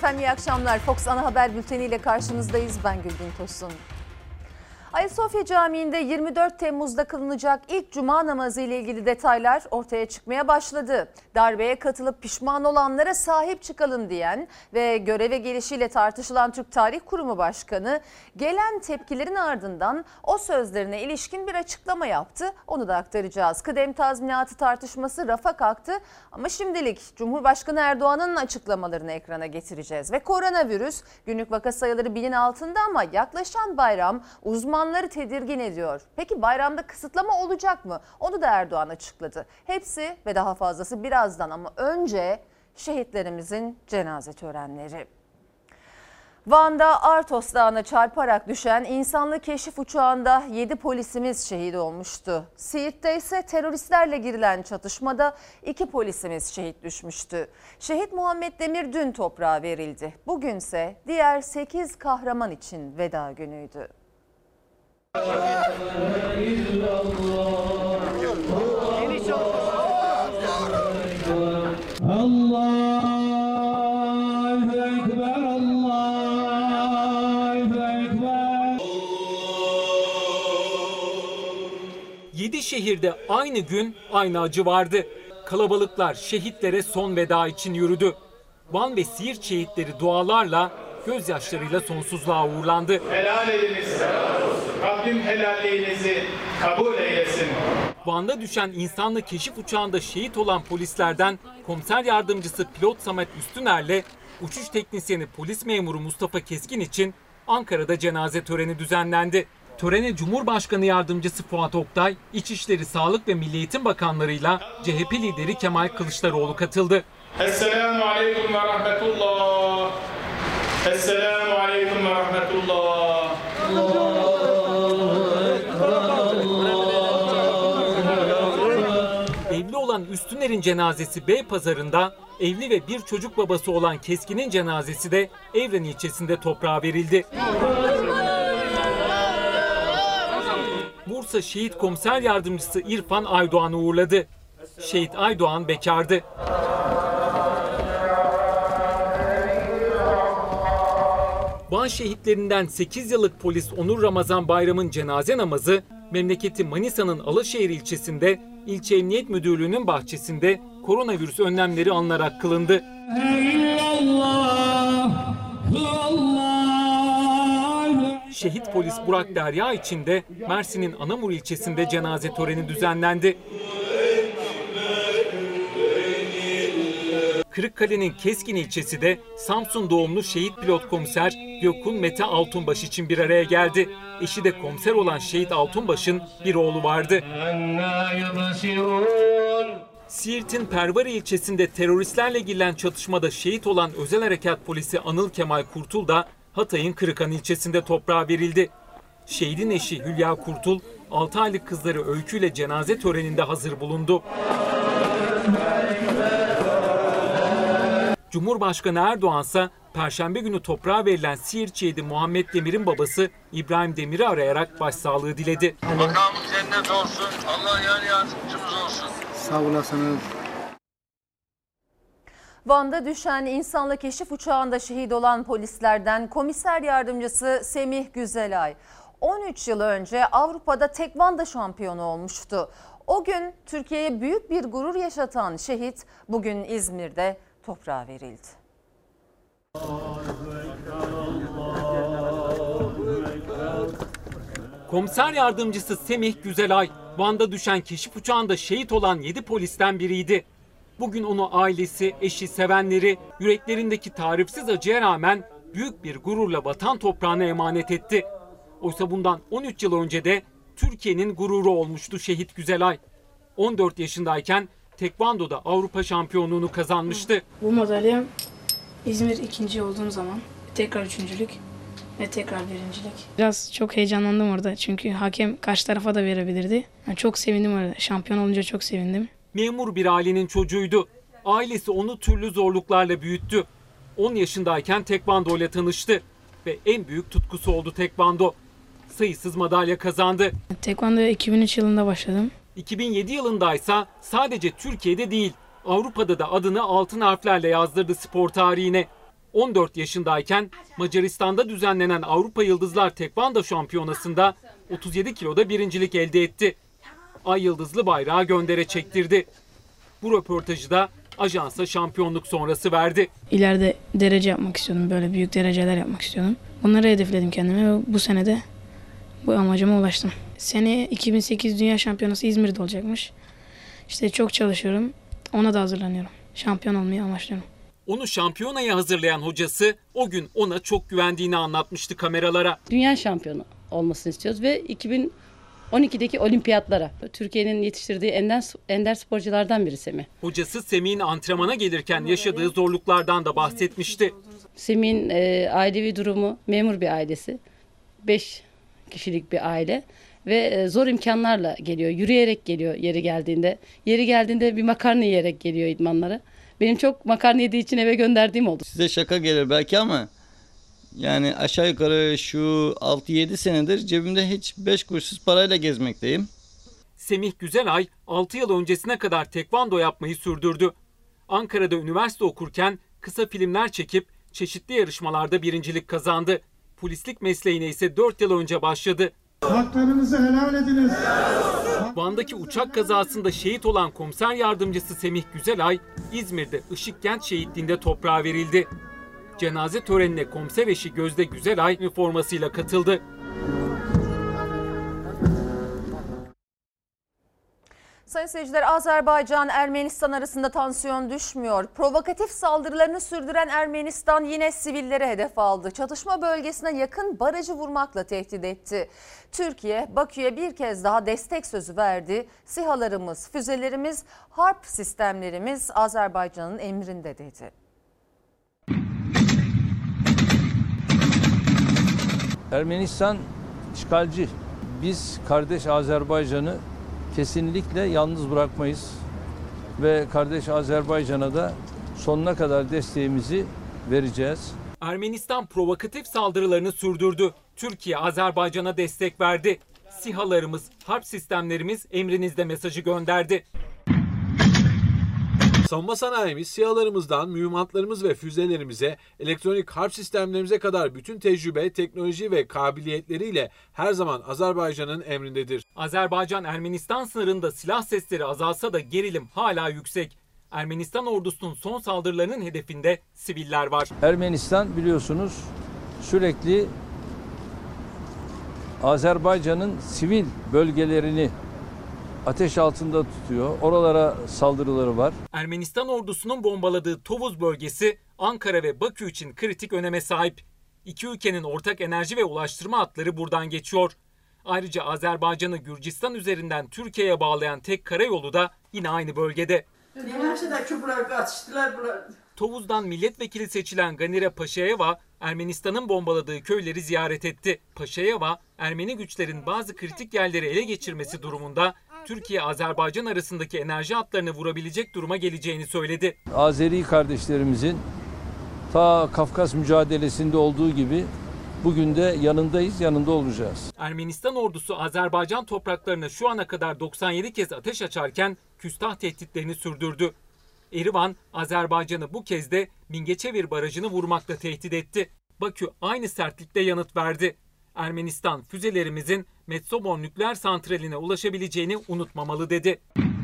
Efendim iyi akşamlar. Fox Ana Haber Bülteni ile karşınızdayız. Ben Gülbin Tosun. Ayasofya Camii'nde 24 Temmuz'da kılınacak ilk cuma namazı ile ilgili detaylar ortaya çıkmaya başladı. Darbeye katılıp pişman olanlara sahip çıkalım diyen ve göreve gelişiyle tartışılan Türk Tarih Kurumu Başkanı gelen tepkilerin ardından o sözlerine ilişkin bir açıklama yaptı. Onu da aktaracağız. Kıdem tazminatı tartışması rafa kalktı ama şimdilik Cumhurbaşkanı Erdoğan'ın açıklamalarını ekrana getireceğiz. Ve koronavirüs günlük vaka sayıları 1000'in altında ama yaklaşan bayram uzmanları tedirgin ediyor. Peki bayramda kısıtlama olacak mı? Onu da Erdoğan açıkladı. Hepsi ve daha fazlası birazdan ama önce şehitlerimizin cenaze törenleri. Van'da Artos Dağı'na çarparak düşen insanlı keşif uçağında 7 polisimiz şehit olmuştu. Siirt'te ise teröristlerle girilen çatışmada 2 polisimiz şehit düşmüştü. Şehit Muhammed Demir dün toprağa verildi. Bugünse diğer 8 kahraman için veda günüydü. Allahu Ekber, Allahu Ekber. 7 şehirde aynı gün aynı acı vardı. Kalabalıklar şehitlere son veda için yürüdü. Van ve Siirt şehitleri dualarla, gözyaşlarıyla sonsuzluğa uğurlandı. Helal ediniz. Rabbim helalliğinizi kabul eylesin. Van'da düşen insanlı keşif uçağında şehit olan polislerden komiser yardımcısı pilot Samet Üstüner'le uçuş teknisyeni polis memuru Mustafa Keskin için Ankara'da cenaze töreni düzenlendi. Törene Cumhurbaşkanı Yardımcısı Fuat Oktay, İçişleri, Sağlık ve Milli Eğitim Bakanlarıyla CHP lideri Kemal Kılıçdaroğlu katıldı. Esselamu aleyküm ve rahmetullah. Esselamu aleyküm ve rahmetullah. Evli olan Üstüner'in cenazesi Beypazarı'nda, evli ve bir çocuk babası olan Keskin'in cenazesi de Evren ilçesinde toprağa verildi. Bursa Şehit Komiser Yardımcısı İrfan Aydoğan'ı uğurladı. Şehit Aydoğan bekardı. Van şehitlerinden 8 yıllık polis Onur Ramazan Bayram'ın cenaze namazı memleketi Manisa'nın Alaşehir ilçesinde İlçe Emniyet Müdürlüğü'nün bahçesinde koronavirüs önlemleri alınarak kılındı. Şehit polis Burak Derya için de Mersin'in Anamur ilçesinde cenaze töreni düzenlendi. Kırıkkale'nin Keskin ilçesi de Samsun doğumlu şehit pilot komiser Gökhan Mete Altunbaş için bir araya geldi. Eşi de komiser olan şehit Altunbaş'ın bir oğlu vardı. Siirt'in Pervari ilçesinde teröristlerle girilen çatışmada şehit olan Özel Harekat Polisi Anıl Kemal Kurtul da Hatay'ın Kırıkan ilçesinde toprağa verildi. Şehidin eşi Hülya Kurtul, 6 aylık kızları Öykü ile cenaze töreninde hazır bulundu. Cumhurbaşkanı Erdoğan ise Perşembe günü toprağa verilen Siirt şehidi Muhammed Demir'in babası İbrahim Demir'i arayarak başsağlığı diledi. Makamımız cennet olsun. Allah yardımcımız olsun. Sağ olasınız. Van'da düşen insanlı keşif uçağında şehit olan polislerden komiser yardımcısı Semih Güzelay 13 yıl önce Avrupa'da tekvando şampiyonu olmuştu. O gün Türkiye'ye büyük bir gurur yaşatan şehit bugün İzmir'de toprağa verildi. Komiser yardımcısı Semih Güzelay, Van'da düşen keşif uçağında şehit olan 7 polisten biriydi. Bugün onu ailesi, eşi, sevenleri yüreklerindeki tarifsiz acıya rağmen büyük bir gururla vatan toprağına emanet etti. Oysa bundan 13 yıl önce de Türkiye'nin gururu olmuştu şehit Güzelay. 14 yaşındayken tekvandoda Avrupa şampiyonluğunu kazanmıştı. Bu madalya İzmir ikinci olduğum zaman tekrar üçüncülük ve tekrar birincilik. Biraz çok heyecanlandım orada çünkü hakem karşı tarafa da verebilirdi. Yani çok sevindim orada. Şampiyon olunca çok sevindim. Memur bir ailenin çocuğuydu. Ailesi onu türlü zorluklarla büyüttü. 10 yaşındayken tekvando ile tanıştı ve en büyük tutkusu oldu tekvando. Sayısız madalya kazandı. Tekvandoya 2003 yılında başladım. 2007 yılındaysa sadece Türkiye'de değil, Avrupa'da da adını altın harflerle yazdırdı spor tarihine. 14 yaşındayken Macaristan'da düzenlenen Avrupa Yıldızlar Tekvando Şampiyonası'nda 37 kiloda birincilik elde etti. Ay yıldızlı bayrağı göndere çektirdi. Bu röportajı da ajansa şampiyonluk sonrası verdi. İleride derece yapmak istiyordum. Böyle büyük dereceler yapmak istiyordum. Onları hedefledim kendime ve bu sene de bu amacıma ulaştım. Seneye 2008 Dünya Şampiyonası İzmir'de olacakmış. İşte çok çalışıyorum. Ona da hazırlanıyorum. Şampiyon olmayı amaçlıyorum. Onu şampiyonaya hazırlayan hocası o gün ona çok güvendiğini anlatmıştı kameralara. Dünya şampiyonu olmasını istiyoruz ve 2012'deki olimpiyatlara Türkiye'nin yetiştirdiği ender sporculardan biri Semih. Hocası Semih'in antrenmana gelirken yaşadığı zorluklardan da bahsetmişti. Semih'in ailevi durumu memur bir ailesi. 5 kişilik bir aile ve zor imkanlarla geliyor. Yürüyerek geliyor yeri geldiğinde. Yeri geldiğinde bir makarna yiyerek geliyor idmanlara. Benim çok makarna yediği için eve gönderdiğim oldu. Size şaka gelir belki ama yani aşağı yukarı şu 6-7 senedir cebimde hiç 5 kuruşsuz parayla gezmekteyim. Semih Güzelay 6 yıl öncesine kadar tekvando yapmayı sürdürdü. Ankara'da üniversite okurken kısa filmler çekip çeşitli yarışmalarda birincilik kazandı. Polislik mesleğine ise 4 yıl önce başladı. Haklarınızı helal ediniz. Van'daki uçak kazasında şehit olan komiser yardımcısı Semih Güzelay, İzmir'de Işıkkent Şehitliği'nde toprağa verildi. Cenaze törenine komiser eşi Gözde Güzelay üniformasıyla katıldı. Sayın seyirciler, Azerbaycan-Ermenistan arasında tansiyon düşmüyor. Provokatif saldırılarını sürdüren Ermenistan yine sivilleri hedef aldı. Çatışma bölgesine yakın barajı vurmakla tehdit etti. Türkiye, Bakü'ye bir kez daha destek sözü verdi. SİHA'larımız, füzelerimiz, harp sistemlerimiz Azerbaycan'ın emrinde dedi. Ermenistan işgalci. Biz kardeş Azerbaycan'ı kesinlikle yalnız bırakmayız ve kardeş Azerbaycan'a da sonuna kadar desteğimizi vereceğiz. Ermenistan provokatif saldırılarını sürdürdü. Türkiye Azerbaycan'a destek verdi. SİHA'larımız, harp sistemlerimiz emrinizde mesajı gönderdi. Savunma sanayimiz, SİHA'larımızdan mühimmatlarımız ve füzelerimize, elektronik harp sistemlerimize kadar bütün tecrübe, teknoloji ve kabiliyetleriyle her zaman Azerbaycan'ın emrindedir. Azerbaycan-Ermenistan sınırında silah sesleri azalsa da gerilim hala yüksek. Ermenistan ordusunun son saldırılarının hedefinde siviller var. Ermenistan biliyorsunuz sürekli Azerbaycan'ın sivil bölgelerini ateş altında tutuyor. Oralara saldırıları var. Ermenistan ordusunun bombaladığı Tovuz bölgesi Ankara ve Bakü için kritik öneme sahip. İki ülkenin ortak enerji ve ulaştırma hatları buradan geçiyor. Ayrıca Azerbaycan'ı Gürcistan üzerinden Türkiye'ye bağlayan tek karayolu da yine aynı bölgede. Tovuz'dan milletvekili seçilen Ganire Paşayeva, Ermenistan'ın bombaladığı köyleri ziyaret etti. Paşayeva, Ermeni güçlerin bazı kritik yerleri ele geçirmesi durumunda Türkiye-Azerbaycan arasındaki enerji hatlarını vurabilecek duruma geleceğini söyledi. Azeri kardeşlerimizin ta Kafkas mücadelesinde olduğu gibi bugün de yanındayız, yanında olacağız. Ermenistan ordusu Azerbaycan topraklarına şu ana kadar 97 kez ateş açarken küstah tehditlerini sürdürdü. Erivan, Azerbaycan'ı bu kez de Mingeçevir Barajı'nı vurmakla tehdit etti. Bakü aynı sertlikte yanıt verdi. Ermenistan füzelerimizin Metsobor nükleer santraline ulaşabileceğini unutmamalı dedi.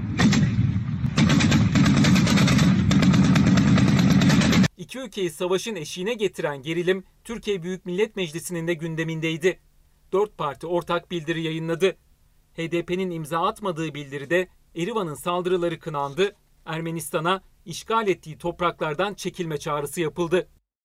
İki ülkeyi savaşın eşiğine getiren gerilim Türkiye Büyük Millet Meclisi'nin de gündemindeydi. 4 parti ortak bildiri yayınladı. HDP'nin imza atmadığı bildiride Erivan'ın saldırıları kınandı, Ermenistan'a işgal ettiği topraklardan çekilme çağrısı yapıldı.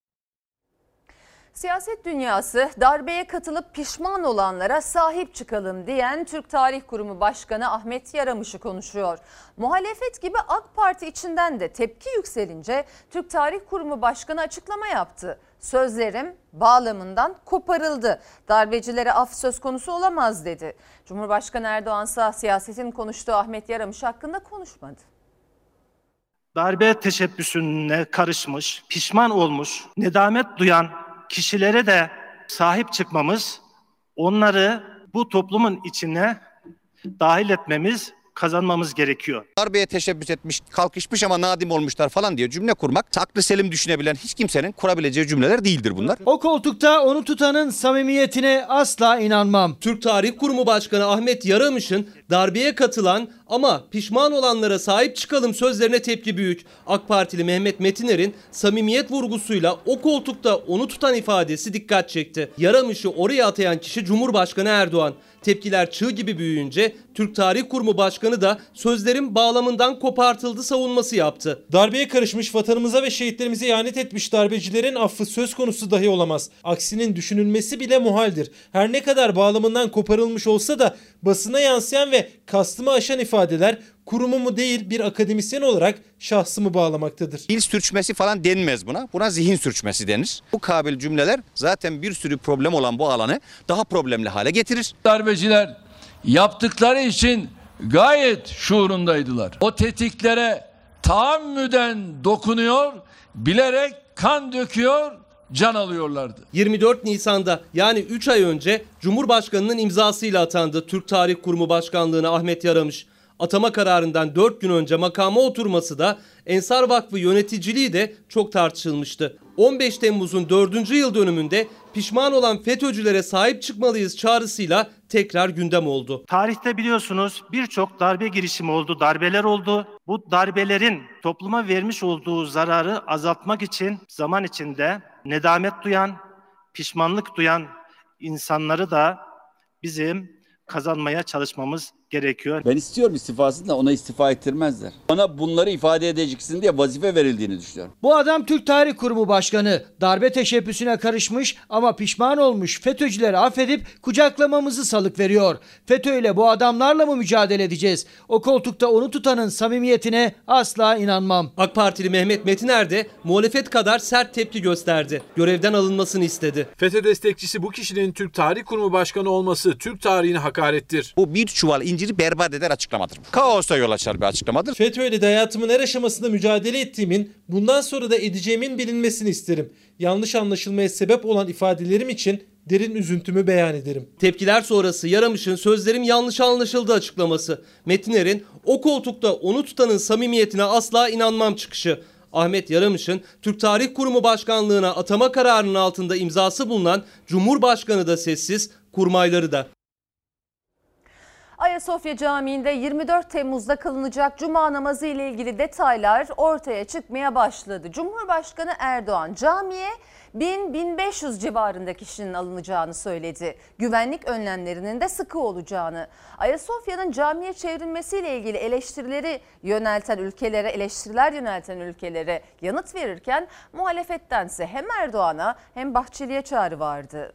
Siyaset dünyası darbeye katılıp pişman olanlara sahip çıkalım diyen Türk Tarih Kurumu Başkanı Ahmet Yaramış'ı konuşuyor. Muhalefet gibi AK Parti içinden de tepki yükselince Türk Tarih Kurumu Başkanı açıklama yaptı. Sözlerim bağlamından koparıldı. Darbecilere af söz konusu olamaz dedi. Cumhurbaşkanı Erdoğan ise siyasetin konuştuğu Ahmet Yaramış hakkında konuşmadı. Darbe teşebbüsüne karışmış, pişman olmuş, nedamet duyan kişilere de sahip çıkmamız, onları bu toplumun içine dahil etmemiz kazanmamız gerekiyor. Darbeye teşebbüs etmiş, kalkışmış ama nadim olmuşlar falan diye cümle kurmak, aklı selim düşünebilen hiç kimsenin kurabileceği cümleler değildir bunlar. O koltukta onu tutanın samimiyetine asla inanmam. Türk Tarih Kurumu Başkanı Ahmet Yaramış'ın darbeye katılan ama pişman olanlara sahip çıkalım sözlerine tepki büyük. AK Partili Mehmet Metiner'in samimiyet vurgusuyla o koltukta onu tutan ifadesi dikkat çekti. Yaramış'ı oraya atayan kişi Cumhurbaşkanı Erdoğan. Tepkiler çığ gibi büyüyünce Türk Tarih Kurumu Başkanı da sözlerin bağlamından kopartıldı savunması yaptı. Darbeye karışmış, vatanımıza ve şehitlerimize ihanet etmiş darbecilerin affı söz konusu dahi olamaz. Aksinin düşünülmesi bile muhaldir. Her ne kadar bağlamından koparılmış olsa da basına yansıyan ve kastımı aşan ifadeler kurumumu değil bir akademisyen olarak şahsımı bağlamaktadır. Dil sürçmesi falan denmez buna. Buna zihin sürçmesi denir. Bu kabil cümleler zaten bir sürü problem olan bu alanı daha problemli hale getirir. Darbeciler yaptıkları için gayet şuurundaydılar. O tetiklere tahammüden dokunuyor, bilerek kan döküyor, can alıyorlardı. 24 Nisan'da yani 3 ay önce Cumhurbaşkanı'nın imzasıyla atandı Türk Tarih Kurumu Başkanlığı'na Ahmet Yaramış. Atama kararından 4 gün önce makama oturması da Ensar Vakfı yöneticiliği de çok tartışılmıştı. 15 Temmuz'un 4. yıl dönümünde pişman olan FETÖ'cülere sahip çıkmalıyız çağrısıyla tekrar gündem oldu. Tarihte biliyorsunuz birçok darbe girişimi oldu, darbeler oldu. Bu darbelerin topluma vermiş olduğu zararı azaltmak için zaman içinde nedamet duyan, pişmanlık duyan insanları da bizim kazanmaya çalışmamız gerekiyor. Ben istiyorum istifasını da ona istifa ettirmezler. Bana bunları ifade edeceksin diye vazife verildiğini düşünüyorum. Bu adam Türk Tarih Kurumu Başkanı. Darbe teşebbüsüne karışmış ama pişman olmuş FETÖ'cüleri affedip kucaklamamızı salık veriyor. FETÖ ile bu adamlarla mı mücadele edeceğiz? O koltukta onu tutanın samimiyetine asla inanmam. AK Partili Mehmet Metiner de muhalefet kadar sert tepki gösterdi. Görevden alınmasını istedi. FETÖ destekçisi bu kişinin Türk Tarih Kurumu Başkanı olması Türk tarihine hakarettir. Bu bir çuval inciri berbat eder açıklamadır. Kaosa yol açar bir açıklamadır. FETÖ ile de hayatımın her aşamasında mücadele ettiğimin, bundan sonra da edeceğimin bilinmesini isterim. Yanlış anlaşılmaya sebep olan ifadelerim için derin üzüntümü beyan ederim. Tepkiler sonrası Yaramış'ın sözlerim yanlış anlaşıldı açıklaması. Metiner'in o koltukta onu tutanın samimiyetine asla inanmam çıkışı. Ahmet Yaramış'ın Türk Tarih Kurumu Başkanlığı'na atama kararının altında imzası bulunan Cumhurbaşkanı da sessiz, kurmayları da. Ayasofya Camii'nde 24 Temmuz'da kılınacak Cuma namazı ile ilgili detaylar ortaya çıkmaya başladı. Cumhurbaşkanı Erdoğan camiye 1000-1500 civarında kişinin alınacağını söyledi. Güvenlik önlemlerinin de sıkı olacağını. Ayasofya'nın camiye çevrilmesiyle ilgili eleştiriler yönelten ülkelere yanıt verirken muhalefettense hem Erdoğan'a hem Bahçeli'ye çağrı vardı.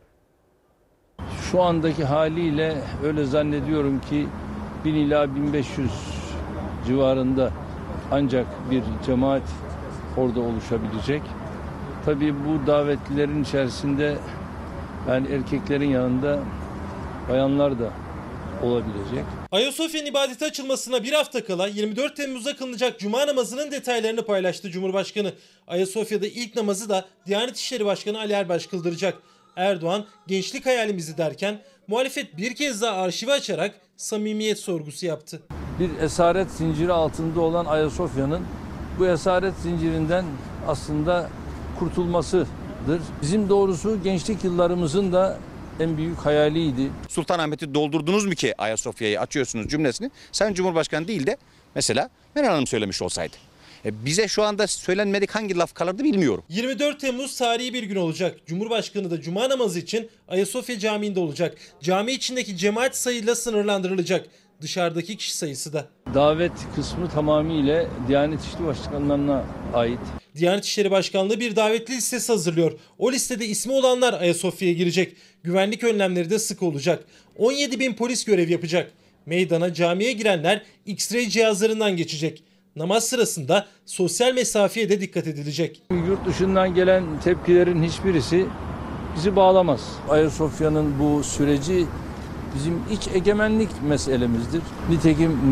Şu andaki haliyle öyle zannediyorum ki 1000 ila 1500 civarında ancak bir cemaat orada oluşabilecek. Tabii bu davetlilerin içerisinde yani erkeklerin yanında bayanlar da olabilecek. Ayasofya'nın ibadete açılmasına bir hafta kala 24 Temmuz'da kılınacak Cuma namazının detaylarını paylaştı Cumhurbaşkanı. Ayasofya'da ilk namazı da Diyanet İşleri Başkanı Ali Erbaş kıldıracak. Erdoğan gençlik hayalimizi derken muhalefet bir kez daha arşivi açarak samimiyet sorgusu yaptı. Bir esaret zinciri altında olan Ayasofya'nın bu esaret zincirinden aslında kurtulmasıdır. Bizim doğrusu gençlik yıllarımızın da en büyük hayaliydi. Sultanahmet'i doldurdunuz mu ki Ayasofya'yı açıyorsunuz cümlesini? Sayın Cumhurbaşkanı değil de mesela Meral Hanım söylemiş olsaydı. Bize şu anda söylenmedik hangi laf kalırdı bilmiyorum. 24 Temmuz tarihi bir gün olacak. Cumhurbaşkanı da Cuma namazı için Ayasofya Camii'nde olacak. Cami içindeki cemaat sayıyla sınırlandırılacak. Dışarıdaki kişi sayısı da. Davet kısmı tamamıyla Diyanet İşleri Başkanlığı'na ait. Diyanet İşleri Başkanlığı bir davetli listesi hazırlıyor. O listede ismi olanlar Ayasofya'ya girecek. Güvenlik önlemleri de sık olacak. 17.000 polis görev yapacak. Meydana, camiye girenler X-ray cihazlarından geçecek. Namaz sırasında sosyal mesafeye de dikkat edilecek. Yurt dışından gelen tepkilerin hiçbirisi bizi bağlamaz. Ayasofya'nın bu süreci bizim iç egemenlik meselemizdir. Nitekim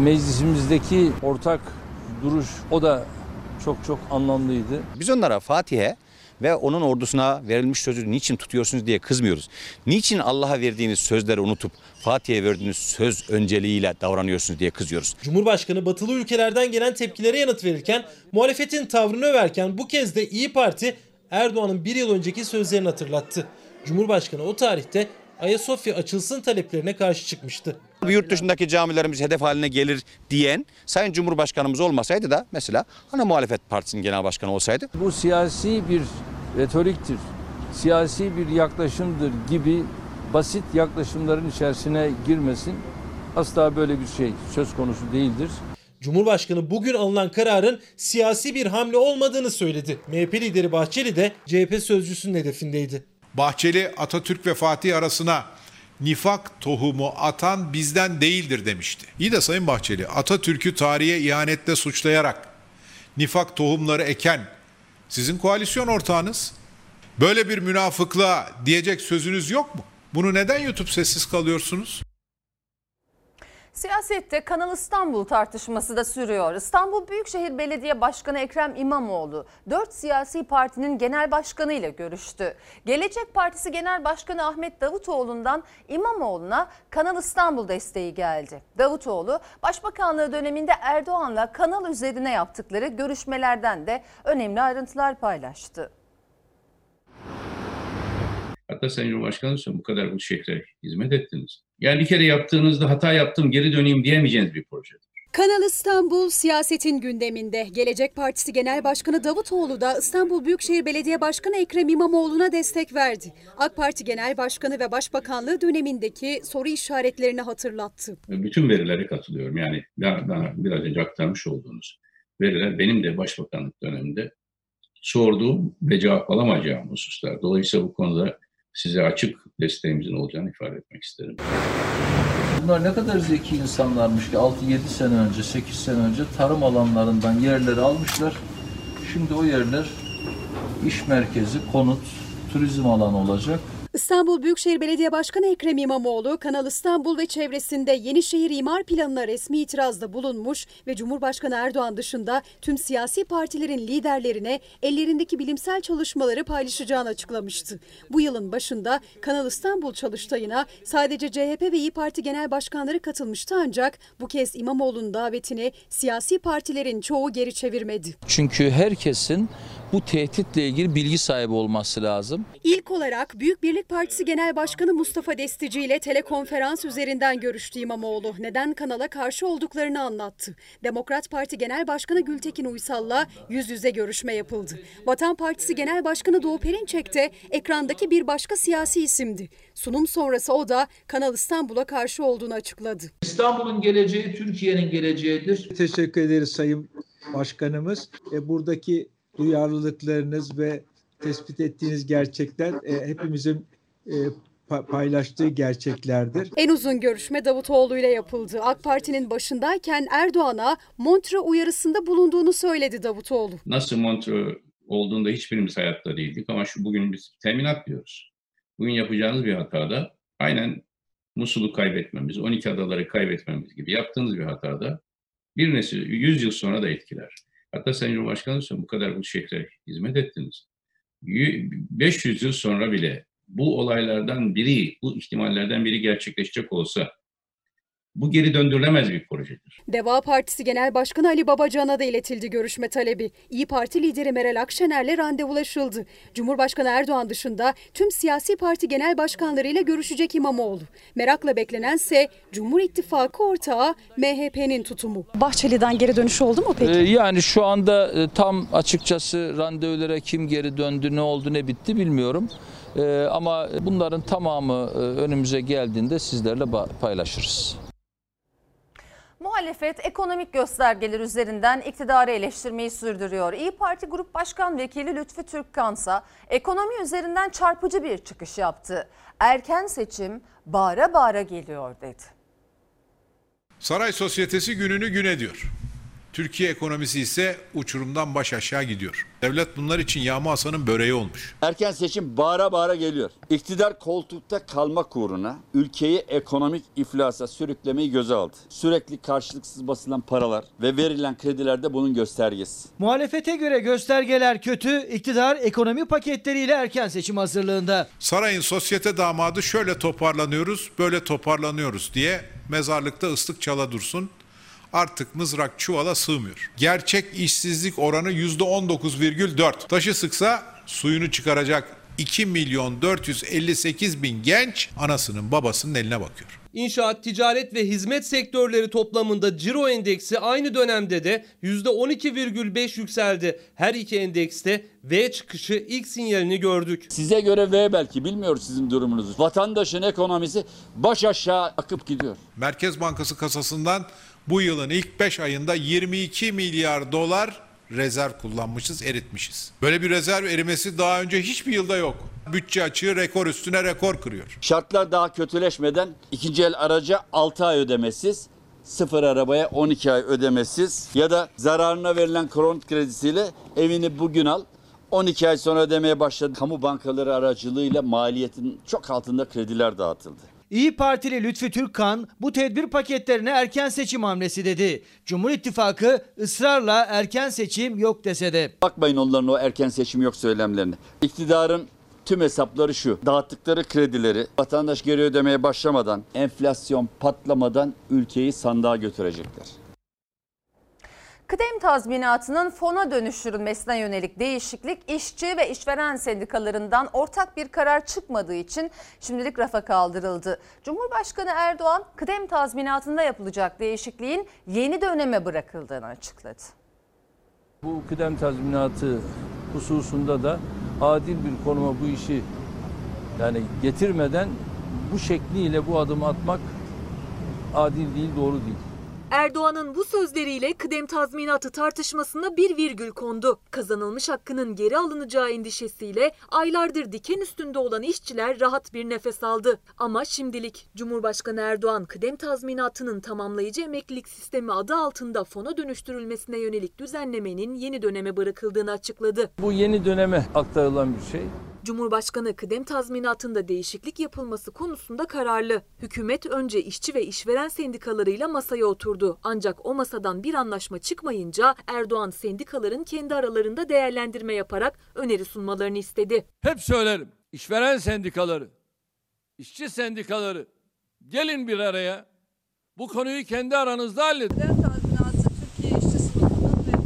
meclisimizdeki ortak duruş o da çok anlamlıydı. Biz onlara Fatih'e ve onun ordusuna verilmiş sözü niçin tutuyorsunuz diye kızmıyoruz. Niçin Allah'a verdiğiniz sözleri unutup Fatih'e verdiğiniz söz önceliğiyle davranıyorsunuz diye kızıyoruz. Cumhurbaşkanı batılı ülkelerden gelen tepkilere yanıt verirken, muhalefetin tavrını överken bu kez de İyi Parti Erdoğan'ın bir yıl önceki sözlerini hatırlattı. Cumhurbaşkanı o tarihte Ayasofya açılsın taleplerine karşı çıkmıştı. Yurt dışındaki camilerimiz hedef haline gelir diyen Sayın Cumhurbaşkanımız olmasaydı da mesela ana muhalefet partisinin genel başkanı olsaydı. Bu siyasi bir retoriktir, siyasi bir yaklaşımdır gibi basit yaklaşımların içerisine girmesin. Asla böyle bir şey söz konusu değildir. Cumhurbaşkanı bugün alınan kararın siyasi bir hamle olmadığını söyledi. MHP lideri Bahçeli de CHP sözcüsünün hedefindeydi. Bahçeli, Atatürk ve Fatih arasına nifak tohumu atan bizden değildir demişti. İyi de Sayın Bahçeli, Atatürk'ü tarihe ihanetle suçlayarak nifak tohumları eken sizin koalisyon ortağınız. Böyle bir münafıklığa diyecek sözünüz yok mu? Bunu neden yutup sessiz kalıyorsunuz? Siyasette Kanal İstanbul tartışması da sürüyor. İstanbul Büyükşehir Belediye Başkanı Ekrem İmamoğlu 4 siyasi partinin genel başkanı ile görüştü. Gelecek Partisi Genel Başkanı Ahmet Davutoğlu'ndan İmamoğlu'na Kanal İstanbul desteği geldi. Davutoğlu, Başbakanlığı döneminde Erdoğan'la kanal üzerine yaptıkları görüşmelerden de önemli ayrıntılar paylaştı. Hatta Sayın Cumhurbaşkanı bu kadar bu şehre hizmet ettiniz. Yani bir kere yaptığınızda hata yaptım geri döneyim diyemeyeceğiniz bir projedir. Kanal İstanbul siyasetin gündeminde. Gelecek Partisi Genel Başkanı Davutoğlu da İstanbul Büyükşehir Belediye Başkanı Ekrem İmamoğlu'na destek verdi. AK Parti Genel Başkanı ve Başbakanlığı dönemindeki soru işaretlerini hatırlattı. Bütün verilere katılıyorum. Yani bana biraz önce aktarmış olduğunuz veriler benim de Başbakanlık döneminde sorduğum ve cevap alamayacağım hususlar. Dolayısıyla bu konuda size açık desteğimizin olacağını ifade etmek isterim. Bunlar ne kadar zeki insanlarmış ki 6-7 sene önce, 8 sene önce tarım alanlarından yerleri almışlar. Şimdi o yerler iş merkezi, konut, turizm alanı olacak. İstanbul Büyükşehir Belediye Başkanı Ekrem İmamoğlu, Kanal İstanbul ve çevresinde Yenişehir imar planına resmi itirazda bulunmuş ve Cumhurbaşkanı Erdoğan dışında tüm siyasi partilerin liderlerine ellerindeki bilimsel çalışmaları paylaşacağını açıklamıştı. Bu yılın başında Kanal İstanbul çalıştayına sadece CHP ve İyi Parti genel başkanları katılmıştı ancak bu kez İmamoğlu'nun davetini siyasi partilerin çoğu geri çevirmedi. Çünkü herkesin bu tehditle ilgili bilgi sahibi olması lazım. İlk olarak Büyük Birlik Partisi Genel Başkanı Mustafa Destici ile telekonferans üzerinden görüştü İmamoğlu. Neden kanala karşı olduklarını anlattı. Demokrat Parti Genel Başkanı Gültekin Uysal'la yüz yüze görüşme yapıldı. Vatan Partisi Genel Başkanı Doğu Perinçek de ekrandaki bir başka siyasi isimdi. Sunum sonrası o da Kanal İstanbul'a karşı olduğunu açıkladı. İstanbul'un geleceği Türkiye'nin geleceğidir. Teşekkür ederiz Sayın Başkanımız. Buradaki duyarlılıklarınız ve tespit ettiğiniz gerçekler hepimizin paylaştığı gerçeklerdir. En uzun görüşme Davutoğlu ile yapıldı. AK Parti'nin başındayken Erdoğan'a Montreux uyarısında bulunduğunu söyledi Davutoğlu. Nasıl Montreux olduğunda hiçbirimiz hayatta değildik ama bugün biz teminat diyoruz. Bugün yapacağınız bir hatada aynen Musul'u kaybetmemiz, 12 adaları kaybetmemiz gibi yaptığınız bir hatada bir nesil 100 yıl sonra da etkiler. Hatta Sayın Cumhurbaşkanı bu kadar bu şehre hizmet ettiniz. 500 yıl sonra bile bu olaylardan biri, bu ihtimallerden biri gerçekleşecek olsa bu geri döndürülemez bir projedir. Deva Partisi Genel Başkanı Ali Babacan'a da iletildi görüşme talebi. İyi Parti lideri Meral Akşener'le randevulaşıldı. Cumhurbaşkanı Erdoğan dışında tüm siyasi parti genel başkanlarıyla görüşecek İmamoğlu. Merakla beklenense Cumhur İttifakı ortağı MHP'nin tutumu. Bahçeli'den geri dönüş oldu mu peki? Yani şu anda tam açıkçası randevulara kim geri döndü, ne oldu, ne bitti bilmiyorum. Ama bunların tamamı önümüze geldiğinde sizlerle paylaşırız. Muhalefet ekonomik göstergeler üzerinden iktidarı eleştirmeyi sürdürüyor. İyi Parti Grup Başkan Vekili Lütfü Türkkansa ekonomi üzerinden çarpıcı bir çıkış yaptı. Erken seçim bağıra bağıra geliyor dedi. Saray Sosyetesi gününü gün ediyor. Türkiye ekonomisi ise uçurumdan baş aşağı gidiyor. Devlet bunlar için Yağma Hasan'ın böreği olmuş. Erken seçim bağıra bağıra geliyor. İktidar koltukta kalmak uğruna ülkeyi ekonomik iflasa sürüklemeyi göze aldı. Sürekli karşılıksız basılan paralar ve verilen krediler de bunun göstergesi. Muhalefete göre göstergeler kötü, iktidar ekonomi paketleriyle erken seçim hazırlığında. Sarayın sosyete damadı şöyle toparlanıyoruz, böyle toparlanıyoruz diye mezarlıkta ıslık çala dursun. Artık mızrak çuvala sığmıyor. Gerçek işsizlik oranı %19,4. Taşı sıksa suyunu çıkaracak 2.458.000 genç anasının babasının eline bakıyor. İnşaat, ticaret ve hizmet sektörleri toplamında ciro endeksi aynı dönemde de %12,5 yükseldi. Her iki endekste V çıkışı ilk sinyalini gördük. Size göre V belki, bilmiyoruz sizin durumunuzu. Vatandaşın ekonomisi baş aşağı akıp gidiyor. Merkez Bankası kasasından bu yılın ilk 5 ayında 22 milyar dolar rezerv kullanmışız, eritmişiz. Böyle bir rezerv erimesi daha önce hiçbir yılda yok. Bütçe açığı rekor üstüne rekor kırıyor. Şartlar daha kötüleşmeden ikinci el araca 6 ay ödemesiz, sıfır arabaya 12 ay ödemesiz ya da zararına verilen kredi kredisiyle evini bugün al, 12 ay sonra ödemeye başladı. Kamu bankaları aracılığıyla maliyetin çok altında krediler dağıtıldı. İYİ Partili Lütfü Türkkan bu tedbir paketlerine erken seçim hamlesi dedi. Cumhur İttifakı ısrarla erken seçim yok dese de. Bakmayın onların o erken seçim yok söylemlerine. İktidarın tüm hesapları şu: dağıttıkları kredileri vatandaş geri ödemeye başlamadan, enflasyon patlamadan ülkeyi sandığa götürecekler. Kıdem tazminatının fona dönüştürülmesine yönelik değişiklik işçi ve işveren sendikalarından ortak bir karar çıkmadığı için şimdilik rafa kaldırıldı. Cumhurbaşkanı Erdoğan kıdem tazminatında yapılacak değişikliğin yeni döneme bırakıldığını açıkladı. Bu kıdem tazminatı hususunda da adil bir konuma bu işi getirmeden bu şekliyle bu adımı atmak adil değil, doğru değil. Erdoğan'ın bu sözleriyle kıdem tazminatı tartışmasına bir virgül kondu. Kazanılmış hakkının geri alınacağı endişesiyle aylardır diken üstünde olan işçiler rahat bir nefes aldı. Ama şimdilik Cumhurbaşkanı Erdoğan kıdem tazminatının tamamlayıcı emeklilik sistemi adı altında fona dönüştürülmesine yönelik düzenlemenin yeni döneme bırakıldığını açıkladı. Bu yeni döneme aktarılan bir şey. Cumhurbaşkanı kıdem tazminatında değişiklik yapılması konusunda kararlı. Hükümet önce işçi ve işveren sendikalarıyla masaya oturdu. Ancak o masadan bir anlaşma çıkmayınca Erdoğan sendikaların kendi aralarında değerlendirme yaparak öneri sunmalarını istedi. Hep söylerim, işveren sendikaları, işçi sendikaları gelin bir araya, bu konuyu kendi aranızda halledin. Kıdem tazminatı Türkiye işçi sınıfının ve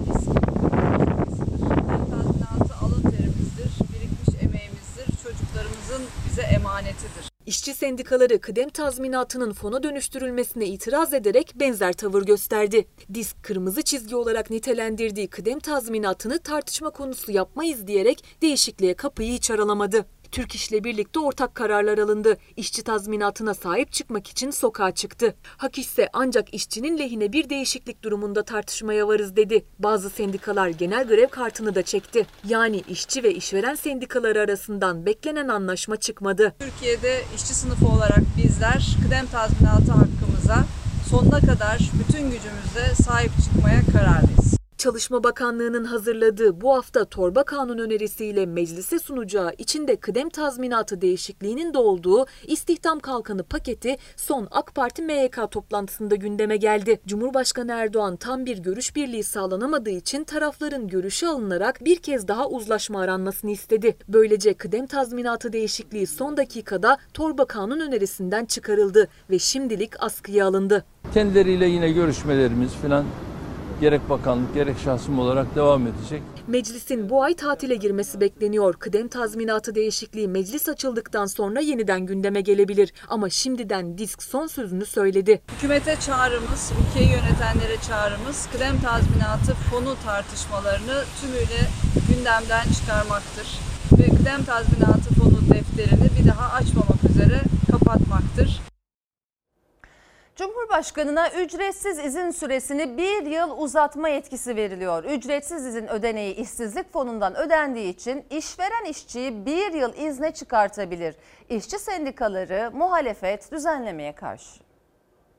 alın terimizdir, birikmiş emeğimizdir, çocuklarımızın bize emanetidir. İşçi sendikaları kıdem tazminatının fona dönüştürülmesine itiraz ederek benzer tavır gösterdi. DİSK kırmızı çizgi olarak nitelendirdiği kıdem tazminatını tartışma konusu yapmayız diyerek değişikliğe kapıyı hiç aralamadı. Türk İş'le birlikte ortak kararlar alındı. İşçi tazminatına sahip çıkmak için sokağa çıktı. Hak ise ancak işçinin lehine bir değişiklik durumunda tartışmaya varız dedi. Bazı sendikalar genel grev kartını da çekti. Yani işçi ve işveren sendikaları arasından beklenen anlaşma çıkmadı. Türkiye'de işçi sınıfı olarak bizler kıdem tazminatı hakkımıza sonuna kadar bütün gücümüzle sahip çıkmaya kararlıyız. Çalışma Bakanlığı'nın hazırladığı bu hafta torba kanun önerisiyle meclise sunacağı içinde kıdem tazminatı değişikliğinin de olduğu istihdam kalkanı paketi son AK Parti MYK toplantısında gündeme geldi. Cumhurbaşkanı Erdoğan tam bir görüş birliği sağlanamadığı için tarafların görüşü alınarak bir kez daha uzlaşma aranmasını istedi. Böylece kıdem tazminatı değişikliği son dakikada torba kanun önerisinden çıkarıldı ve şimdilik askıya alındı. Kendileriyle yine görüşmelerimiz gerek bakanlık gerek şahsım olarak devam edecek. Meclisin bu ay tatile girmesi bekleniyor. Kıdem tazminatı değişikliği meclis açıldıktan sonra yeniden gündeme gelebilir. Ama şimdiden DİSK son sözünü söyledi. Hükümete çağrımız, ülkeyi yönetenlere çağrımız kıdem tazminatı fonu tartışmalarını tümüyle gündemden çıkarmaktır. Ve kıdem tazminatı fonu defterini bir daha açmamak üzere kapatmaktır. Cumhurbaşkanına ücretsiz izin süresini bir yıl uzatma yetkisi veriliyor. Ücretsiz izin ödeneği işsizlik fonundan ödendiği için işveren işçiyi bir yıl izne çıkartabilir. İşçi sendikaları muhalefet düzenlemeye karşı.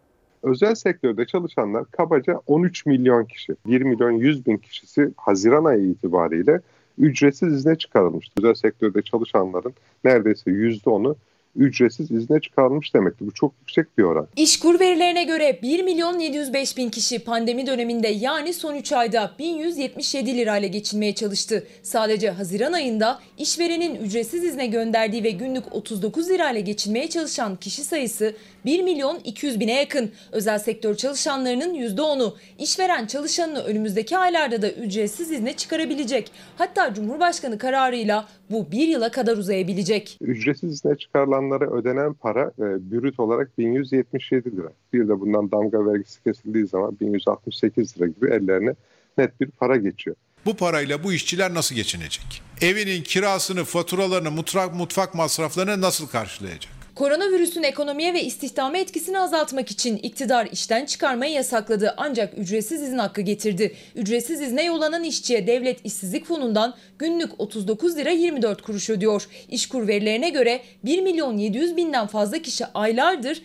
Özel sektörde çalışanlar kabaca 13 milyon kişi. 1 milyon 100 bin kişisi Haziran ayı itibariyle ücretsiz izne çıkarılmıştı. Özel sektörde çalışanların neredeyse %10'u ücretsiz izne çıkarılmış demekti. Bu çok yüksek bir oran. İşkur verilerine göre 1 milyon 705 bin kişi pandemi döneminde yani son 3 ayda 1177 lirayla geçinmeye çalıştı. Sadece Haziran ayında işverenin ücretsiz izne gönderdiği ve günlük 39 lirayla geçinmeye çalışan kişi sayısı 1 milyon 200 bine yakın. Özel sektör çalışanlarının %10'u işveren çalışanını önümüzdeki aylarda da ücretsiz izne çıkarabilecek. Hatta Cumhurbaşkanı kararıyla bu 1 yıla kadar uzayabilecek. Ücretsiz izne çıkarılanlara ödenen para brüt olarak 1177 lira. Bir de bundan damga vergisi kesildiği zaman 1168 lira gibi ellerine net bir para geçiyor. Bu parayla bu işçiler nasıl geçinecek? Evinin kirasını, faturalarını, mutfak masraflarını nasıl karşılayacak? Koronavirüsün ekonomiye ve istihdama etkisini azaltmak için iktidar işten çıkarmayı yasakladı ancak ücretsiz izin hakkı getirdi. Ücretsiz izne yollanan işçiye devlet işsizlik fonundan günlük 39 lira 24 kuruş ödüyor. İşkur verilerine göre 1 milyon 700 binden fazla kişi aylardır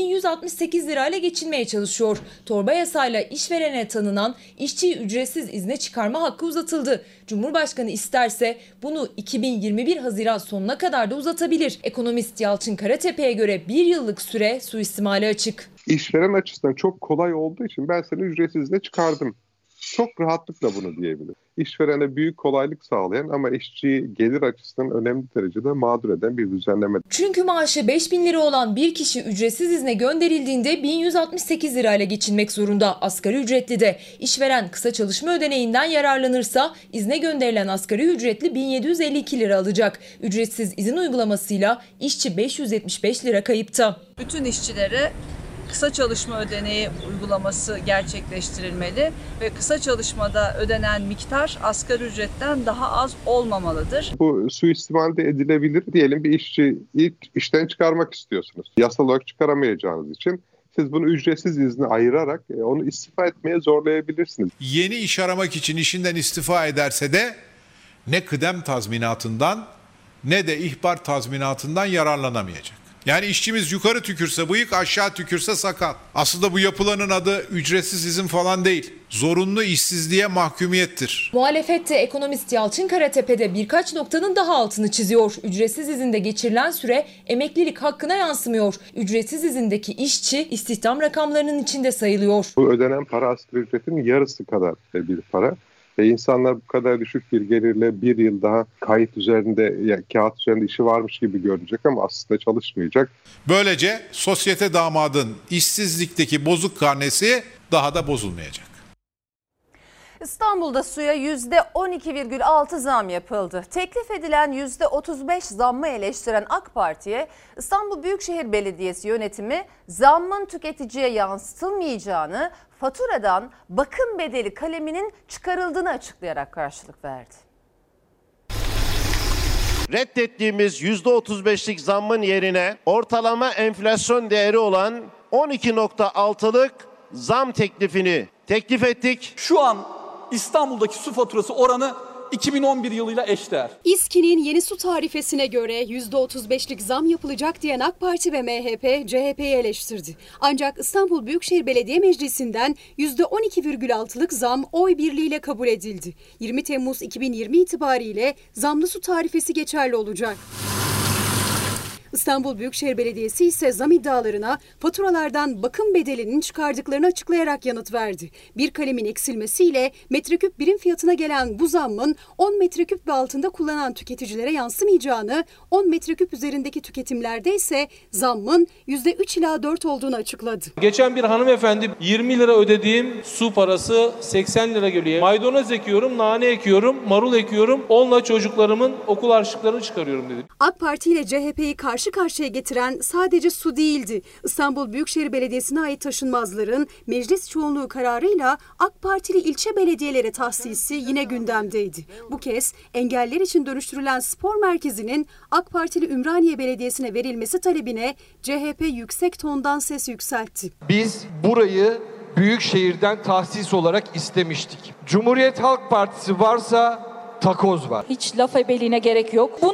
1168 lirayla geçinmeye çalışıyor. Torba yasayla işverene tanınan işçiyi ücretsiz izne çıkarma hakkı uzatıldı. Cumhurbaşkanı isterse bunu 2021 Haziran sonuna kadar da uzatabilir. Ekonomist Yalçın Karatepe'ye göre 1 yıllık süre suistimale açık. İşveren açısından çok kolay olduğu için ben seni ücretsiz izne çıkardım. Çok rahatlıkla bunu diyebilir. İşverene büyük kolaylık sağlayan ama işçiyi gelir açısından önemli derecede mağdur eden bir düzenleme. Çünkü maaşı 5.000 lira olan bir kişi ücretsiz izne gönderildiğinde 1168 lirayla geçinmek zorunda. Asgari ücretli de işveren kısa çalışma ödeneğinden yararlanırsa izne gönderilen asgari ücretli 1752 lira alacak. Ücretsiz izin uygulamasıyla işçi 575 lira kayıpta. Bütün işçilere kısa çalışma ödeneği uygulaması gerçekleştirilmeli ve kısa çalışmada ödenen miktar asgari ücretten daha az olmamalıdır. Bu suistimal de edilebilir. Diyelim bir işçi ilk işten çıkarmak istiyorsunuz. Yasal olarak çıkaramayacağınız için siz bunu ücretsiz izne ayırarak onu istifa etmeye zorlayabilirsiniz. Yeni iş aramak için işinden istifa ederse de ne kıdem tazminatından ne de ihbar tazminatından yararlanamayacak. Yani işçimiz yukarı tükürse bıyık, aşağı tükürse sakal. Aslında bu yapılanın adı ücretsiz izin falan değil. Zorunlu işsizliğe mahkumiyettir. Muhalefette ekonomist Yalçın Karatepe'de birkaç noktanın daha altını çiziyor. Ücretsiz izinde geçirilen süre emeklilik hakkına yansımıyor. Ücretsiz izindeki işçi istihdam rakamlarının içinde sayılıyor. Bu ödenen para asgari ücretin yarısı kadar bir para. Ve insanlar bu kadar düşük bir gelirle bir yıl daha kayıt üzerinde, kağıt üzerinde işi varmış gibi görünecek ama aslında çalışmayacak. Böylece sosyete damadın işsizlikteki bozuk karnesi daha da bozulmayacak. İstanbul'da suya %12,6 zam yapıldı. Teklif edilen %35 zammı eleştiren AK Parti'ye İstanbul Büyükşehir Belediyesi yönetimi zammın tüketiciye yansıtılmayacağını, faturadan bakım bedeli kaleminin çıkarıldığını açıklayarak karşılık verdi. Reddettiğimiz %35'lik zammın yerine ortalama enflasyon değeri olan 12,6'lık zam teklifini teklif ettik. Şu an İstanbul'daki su faturası oranı 2011 yılıyla eşdeğer. İSKİ'nin yeni su tarifesine göre %35'lik zam yapılacak diyen AK Parti ve MHP, CHP'yi eleştirdi. Ancak İstanbul Büyükşehir Belediye Meclisi'nden %12,6'lık zam oy birliğiyle kabul edildi. 20 Temmuz 2020 itibariyle zamlı su tarifesi geçerli olacak. İstanbul Büyükşehir Belediyesi ise zam iddialarına faturalardan bakım bedelinin çıkardıklarını açıklayarak yanıt verdi. Bir kalemin eksilmesiyle metreküp birim fiyatına gelen bu zammın 10 metreküp ve altında kullanan tüketicilere yansımayacağını, 10 metreküp üzerindeki tüketimlerde ise zammın %3 ila 4 olduğunu açıkladı. Geçen bir hanımefendi 20 lira ödediğim su parası 80 lira geliyor. Maydanoz ekiyorum, nane ekiyorum, marul ekiyorum. Onunla çocuklarımın okul harçlıklarını çıkarıyorum dedi. AK Parti ile CHP'yi karşı karşıya getiren sadece su değildi. İstanbul Büyükşehir Belediyesi'ne ait taşınmazların meclis çoğunluğu kararıyla AK Partili ilçe belediyelere tahsisi yine gündemdeydi. Bu kez engeller için dönüştürülen spor merkezinin AK Partili Ümraniye Belediyesi'ne verilmesi talebine CHP yüksek tondan ses yükseltti. Biz burayı Büyükşehir'den tahsis olarak istemiştik. Cumhuriyet Halk Partisi varsa takoz var. Hiç laf ebeliğine gerek yok. Bunu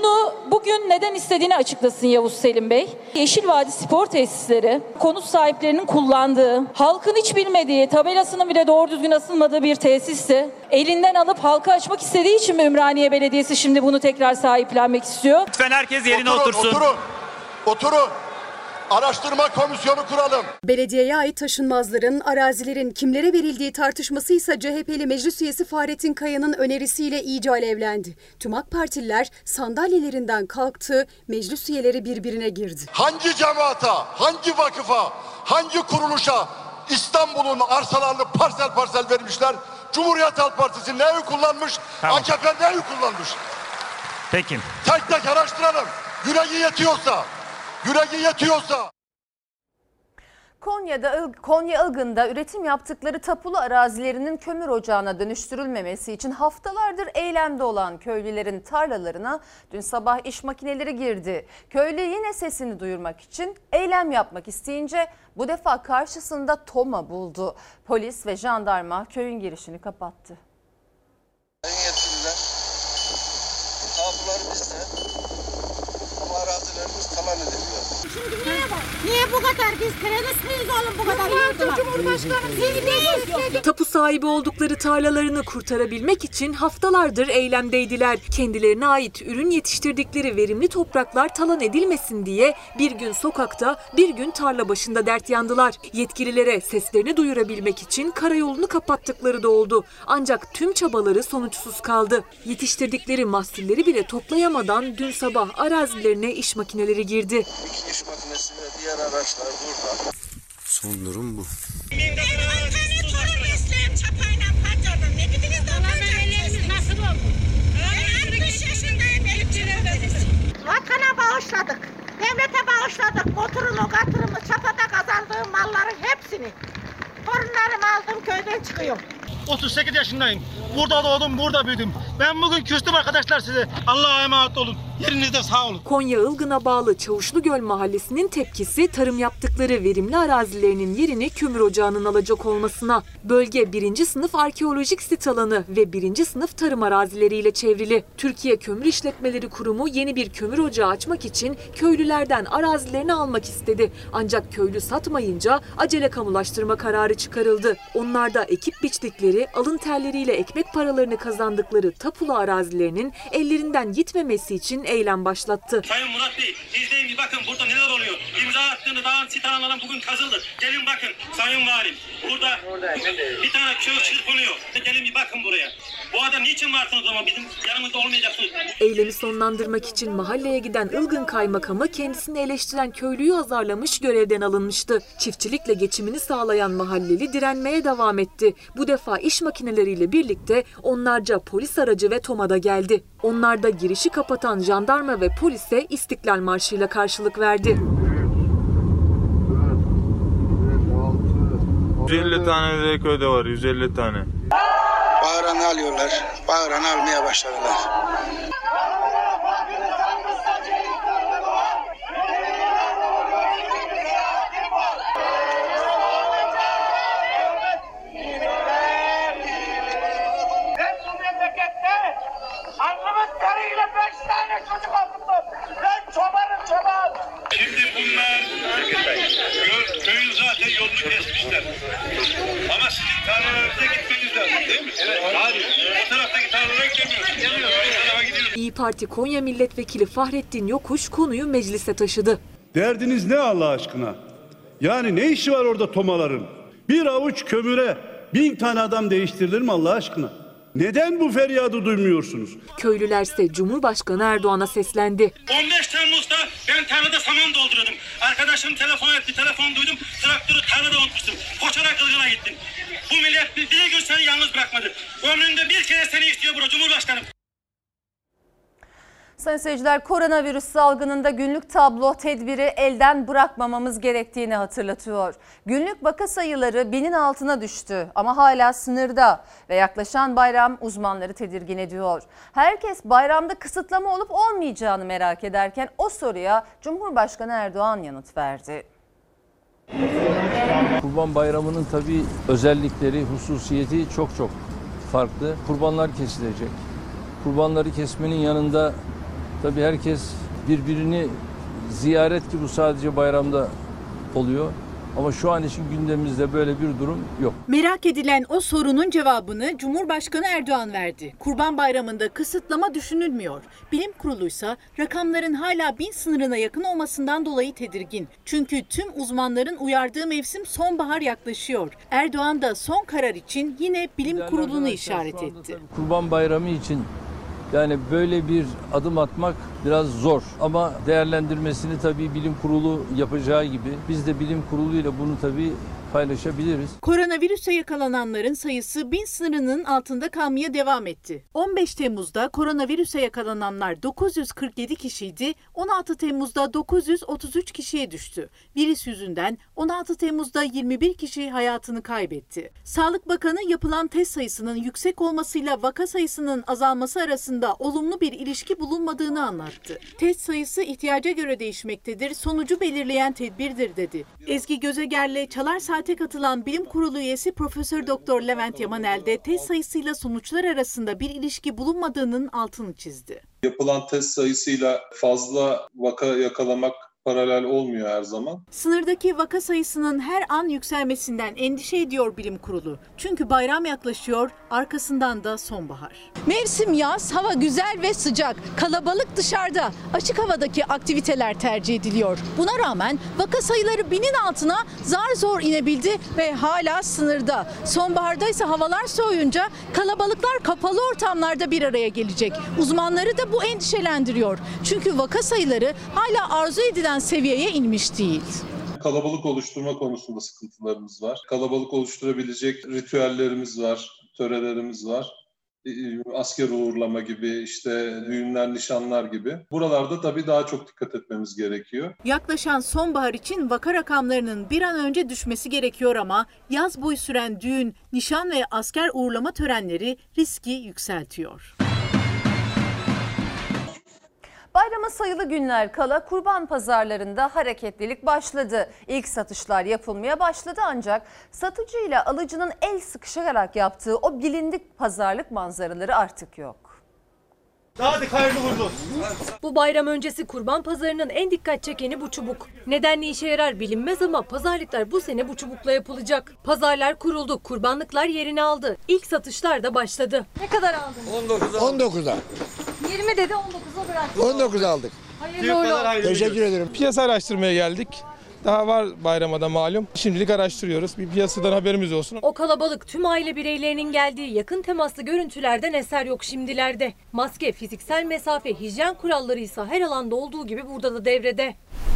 bugün neden istediğini açıklasın Yavuz Selim Bey. Yeşil Vadi Spor Tesisleri, konut sahiplerinin kullandığı, halkın hiç bilmediği, tabelasının bile doğru düzgün asılmadığı bir tesisti. Elinden alıp halka açmak istediği için mi Ümraniye Belediyesi şimdi bunu tekrar sahiplenmek istiyor? Lütfen herkes yerine otursun. Oturun. Araştırma komisyonu kuralım. Belediyeye ait taşınmazların, arazilerin kimlere verildiği tartışması ise CHP'li meclis üyesi Fahrettin Kaya'nın önerisiyle iyice alevlendi. Tüm AK Partililer sandalyelerinden kalktı, meclis üyeleri birbirine girdi. Hangi cemaata, hangi vakıfa, hangi kuruluşa İstanbul'un arsalarını parsel parsel vermişler? Cumhuriyet Halk Partisi ne oy kullanmış? Tamam. AKP ne oy kullanmış? Peki. Tek tek araştıralım. Yüreği yetiyorsa. Konya Ilgın'da üretim yaptıkları tapulu arazilerinin kömür ocağına dönüştürülmemesi için haftalardır eylemde olan köylülerin tarlalarına dün sabah iş makineleri girdi. Köylü yine sesini duyurmak için eylem yapmak isteyince bu defa karşısında toma buldu. Polis ve jandarma köyün girişini kapattı. Yetkililer, tapular bizde. Arazilerimiz talan ediliyor. Şimdi niye bu kadar biz terörist miyiz oğlum bu kadar? Cumhurbaşkanı tapu sahibi oldukları tarlalarını kurtarabilmek için haftalardır eylemdeydiler. Kendilerine ait ürün yetiştirdikleri verimli topraklar talan edilmesin diye bir gün sokakta, bir gün tarla başında dert yandılar. Yetkililere seslerini duyurabilmek için karayolunu kapattıkları da oldu. Ancak tüm çabaları sonuçsuz kaldı. Yetiştirdikleri mahsulleri bile toplayamadan dün sabah arazilerine iş makineleri girdi. İş makinesi ve diğer araçlar burada. Son durum bu. Vatana bağışladık, devlete bağışladık. Motorumu, katırımı, çapada kazandığım malların hepsini. Torunlarımı aldım, köyden çıkıyorum. 38 yaşındayım. Burada doğdum, burada büyüdüm. Ben bugün küstüm arkadaşlar size. Allah'a emanet olun. Yerinizde sağ olun. Konya Ilgın'a bağlı Çavuşlugöl Mahallesi'nin tepkisi tarım yaptıkları verimli arazilerinin yerini kömür ocağının alacak olmasına. Bölge 1. sınıf arkeolojik sit alanı ve 1. sınıf tarım arazileriyle çevrili. Türkiye Kömür İşletmeleri Kurumu yeni bir kömür ocağı açmak için köylülerden arazilerini almak istedi. Ancak köylü satmayınca acele kamulaştırma kararı çıkarıldı. Onlar da ekip biçtikleri, alın terleriyle ekmek paralarını kazandıkları tapulu arazilerinin ellerinden gitmemesi için eylem başlattı. Sayın Murat Bey, izleyin bir bakın burada neler oluyor. İmza attığında dağın sit alanları bugün kazıldı. Gelin bakın Sayın Valim. Burada bir tane köy çırpınıyor. Gelin bir bakın buraya. Bu adam niçin varsınız ama bizim yanımızda olmayacaksınız. Eylemi sonlandırmak için mahalleye giden Ilgın Kaymakamı kendisini eleştiren köylüyü azarlamış, görevden alınmıştı. Çiftçilikle geçimini sağlayan mahalleli direnmeye devam etti. Bu defa iş makineleriyle birlikte onlarca polis aracı ve TOMA da geldi. Onlar da girişi kapatan jandarma ve polise İstiklal Marşı'yla karşılık verdi. 150 tane köyde var, 150 tane. Bağıranı alıyorlar, bağıranı almaya başladılar. Şimdi bunlar köyün zaten yolunu kesmişler. Ama sizin tarlalarınıza gitmeniz lazım değil mi? Evet. Hayır. O taraftaki tarlalara gidemiyorsunuz. İYİ Parti Konya Milletvekili Fahrettin Yokuş konuyu meclise taşıdı. Derdiniz ne Allah aşkına? Yani ne işi var orada tomaların? Bir avuç kömüre 1000 tane adam değiştirilir mi Allah aşkına? Neden bu feryadı duymuyorsunuz? Köylülerse Cumhurbaşkanı Erdoğan'a seslendi. 15 Temmuz'da ben tarlada saman dolduruyordum. Arkadaşım telefon etti, telefon duydum. Traktörü tarlada unutmuştum. Koşarak Ilgın'a gittim. Bu millet bir gün seni yalnız bırakmadı. Ömründe bir kere seni istiyor burada Cumhurbaşkanım. Sayın seyirciler, koronavirüs salgınında günlük tablo tedbiri elden bırakmamamız gerektiğini hatırlatıyor. Günlük vaka sayıları 1000'in altına düştü ama hala sınırda ve yaklaşan bayram uzmanları tedirgin ediyor. Herkes bayramda kısıtlama olup olmayacağını merak ederken o soruya Cumhurbaşkanı Erdoğan yanıt verdi. Kurban Bayramı'nın tabii özellikleri, hususiyeti çok farklı. Kurbanlar kesilecek. Kurbanları kesmenin yanında Tabii herkes birbirini ziyaret, ki bu sadece bayramda oluyor. Ama şu an için gündemimizde böyle bir durum yok. Merak edilen o sorunun cevabını Cumhurbaşkanı Erdoğan verdi. Kurban Bayramı'nda kısıtlama düşünülmüyor. Bilim Kurulu'ysa rakamların hala 1000 sınırına yakın olmasından dolayı tedirgin. Çünkü tüm uzmanların uyardığı mevsim sonbahar yaklaşıyor. Erdoğan da son karar için yine Bilim Kurulu'nu işaret etti. Kurban Bayramı için yani böyle bir adım atmak biraz zor ama değerlendirmesini tabii Bilim Kurulu yapacağı gibi biz de Bilim Kurulu ile bunu tabii paylaşabiliriz. Koronavirüse yakalananların sayısı 1000 sınırının altında kalmaya devam etti. 15 Temmuz'da koronavirüse yakalananlar 947 kişiydi, 16 Temmuz'da 933 kişiye düştü. Virüs yüzünden 16 Temmuz'da 21 kişi hayatını kaybetti. Sağlık Bakanı yapılan test sayısının yüksek olmasıyla vaka sayısının azalması arasında olumlu bir ilişki bulunmadığını anlattı. Test sayısı ihtiyaca göre değişmektedir, sonucu belirleyen tedbirdir dedi. Ezgi Gözeger'le Çalar Saat'e katılan Bilim Kurulu üyesi Profesör Doktor Levent Yamanel de test sayısıyla sonuçlar arasında bir ilişki bulunmadığının altını çizdi. Yapılan test sayısıyla fazla vaka yakalamak paralel olmuyor her zaman. Sınırdaki vaka sayısının her an yükselmesinden endişe ediyor Bilim Kurulu. Çünkü bayram yaklaşıyor, arkasından da sonbahar. Mevsim yaz, hava güzel ve sıcak. Kalabalık dışarıda, açık havadaki aktiviteler tercih ediliyor. Buna rağmen vaka sayıları 1000'in altına zar zor inebildi ve hala sınırda. Sonbaharda ise havalar soğuyunca kalabalıklar kapalı ortamlarda bir araya gelecek. Uzmanları da bu endişelendiriyor. Çünkü vaka sayıları hala arzu edilen seviyeye inmiş değil. Kalabalık oluşturma konusunda sıkıntılarımız var. Kalabalık oluşturabilecek ritüellerimiz var, törelerimiz var. Asker uğurlama gibi, işte düğünler, nişanlar gibi. Buralarda tabii daha çok dikkat etmemiz gerekiyor. Yaklaşan sonbahar için vaka rakamlarının bir an önce düşmesi gerekiyor ama yaz boyu süren düğün, nişan ve asker uğurlama törenleri riski yükseltiyor. Bayrama sayılı günler kala kurban pazarlarında hareketlilik başladı. İlk satışlar yapılmaya başladı ancak satıcı ile alıcının el sıkışarak yaptığı o bilindik pazarlık manzaraları artık yok. Hadi hayırlı uğurlu olsun. Bu bayram öncesi kurban pazarının en dikkat çekeni bu çubuk. Nedenli işe yarar bilinmez ama pazarlıklar bu sene bu çubukla yapılacak. Pazarlar kuruldu, kurbanlıklar yerini aldı. İlk satışlar da başladı. Ne kadar aldın? 19'a. 20 dedi, 19'a bıraktı. 19 aldık. Hayırlı Teşekkür ederim. Piyasa araştırmaya geldik. Daha var bayrama da malum. Şimdilik araştırıyoruz. Bir piyasadan haberimiz olsun. O kalabalık tüm aile bireylerinin geldiği yakın temaslı görüntülerden eser yok şimdilerde. Maske, fiziksel mesafe, hijyen kuralları ise her alanda olduğu gibi burada da devrede.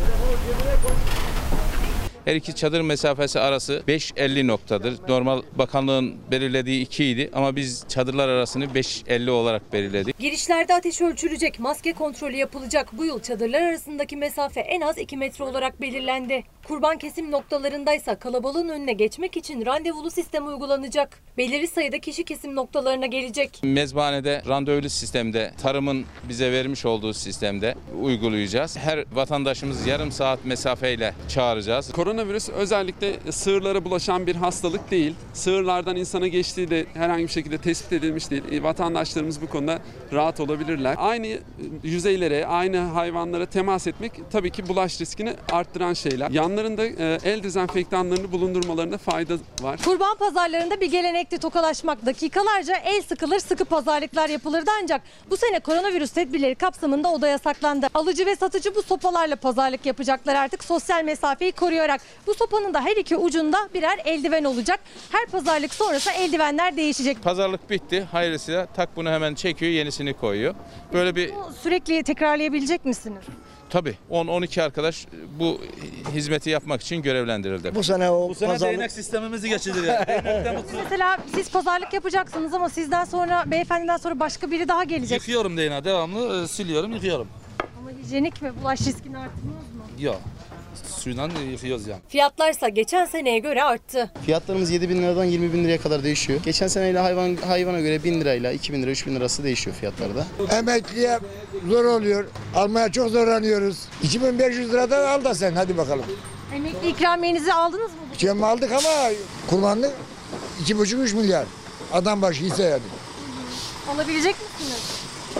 Her iki çadır mesafesi arası 5.50 noktadır. Normal bakanlığın belirlediği 2 idi ama biz çadırlar arasını 5.50 olarak belirledik. Girişlerde ateş ölçülecek, maske kontrolü yapılacak. Bu yıl çadırlar arasındaki mesafe en az 2 metre olarak belirlendi. Kurban kesim noktalarındaysa kalabalığın önüne geçmek için randevulu sistem uygulanacak. Belirli sayıda kişi kesim noktalarına gelecek. Mezbanede randevulu sistemde, tarımın bize vermiş olduğu sistemde uygulayacağız. Her vatandaşımız yarım saat mesafeyle çağıracağız. Koronavirüs özellikle sığırlara bulaşan bir hastalık değil. Sığırlardan insana geçtiği de herhangi bir şekilde tespit edilmiş değil. Vatandaşlarımız bu konuda rahat olabilirler. Aynı yüzeylere, aynı hayvanlara temas etmek tabii ki bulaş riskini arttıran şeyler. Yanlarında el dezenfektanlarını bulundurmalarında fayda var. Kurban pazarlarında bir gelenekti tokalaşmak. Dakikalarca el sıkılır, sıkı pazarlıklar yapılırdı ancak bu sene koronavirüs tedbirleri kapsamında o da yasaklandı. Alıcı ve satıcı bu sopalarla pazarlık yapacaklar artık sosyal mesafeyi koruyarak. Bu sopanın da her iki ucunda birer eldiven olacak. Her pazarlık sonrası eldivenler değişecek. Pazarlık bitti. Hayırlısıyla tak bunu hemen çekiyor, yenisini koyuyor. Böyle bir sürekli tekrarlayabilecek misiniz? Tabii 10-12 arkadaş bu hizmeti yapmak için görevlendirildi. Bu sene pazarlık... değnek sistemimizi geçirdik. Mesela siz pazarlık yapacaksınız ama sizden sonra, beyefendiden sonra başka biri daha gelecek. Yıkıyorum değneği, devamlı siliyorum, yıkıyorum. Ama hijyenik mi? Bulaş riskini arttırmaz mı? Yok. Suyla yıkıyoruz yani. Fiyatlarsa geçen seneye göre arttı. Fiyatlarımız 7.000 liradan 20.000 liraya kadar değişiyor. Geçen seneyle hayvana göre 1.000 lirayla 2.000 lira 3.000 lirası değişiyor fiyatlarda. Emekliye zor oluyor. Almaya çok zorlanıyoruz. 2.500 liradan al da sen hadi bakalım. Emekli ikramiyenizi aldınız mı? Cem aldık ama kurbanlık 2,5-3 milyar. Adam başı hisse yani. Alabilecek misiniz?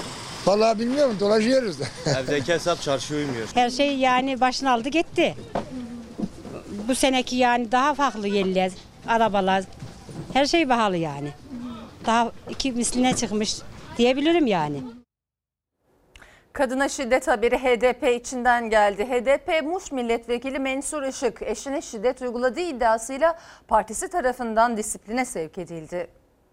Vallahi bilmiyorum, dolaşıyoruz. Evdeki hesap çarşıya uymuyor. Her şey yani başını aldı gitti. Bu seneki yani daha farklı yerler, arabalar, her şey pahalı yani. Daha iki misline çıkmış diyebilirim yani. Kadına şiddet haberi HDP içinden geldi. HDP Muş Milletvekili Mensur Işık eşine şiddet uyguladığı iddiasıyla partisi tarafından disipline sevk edildi.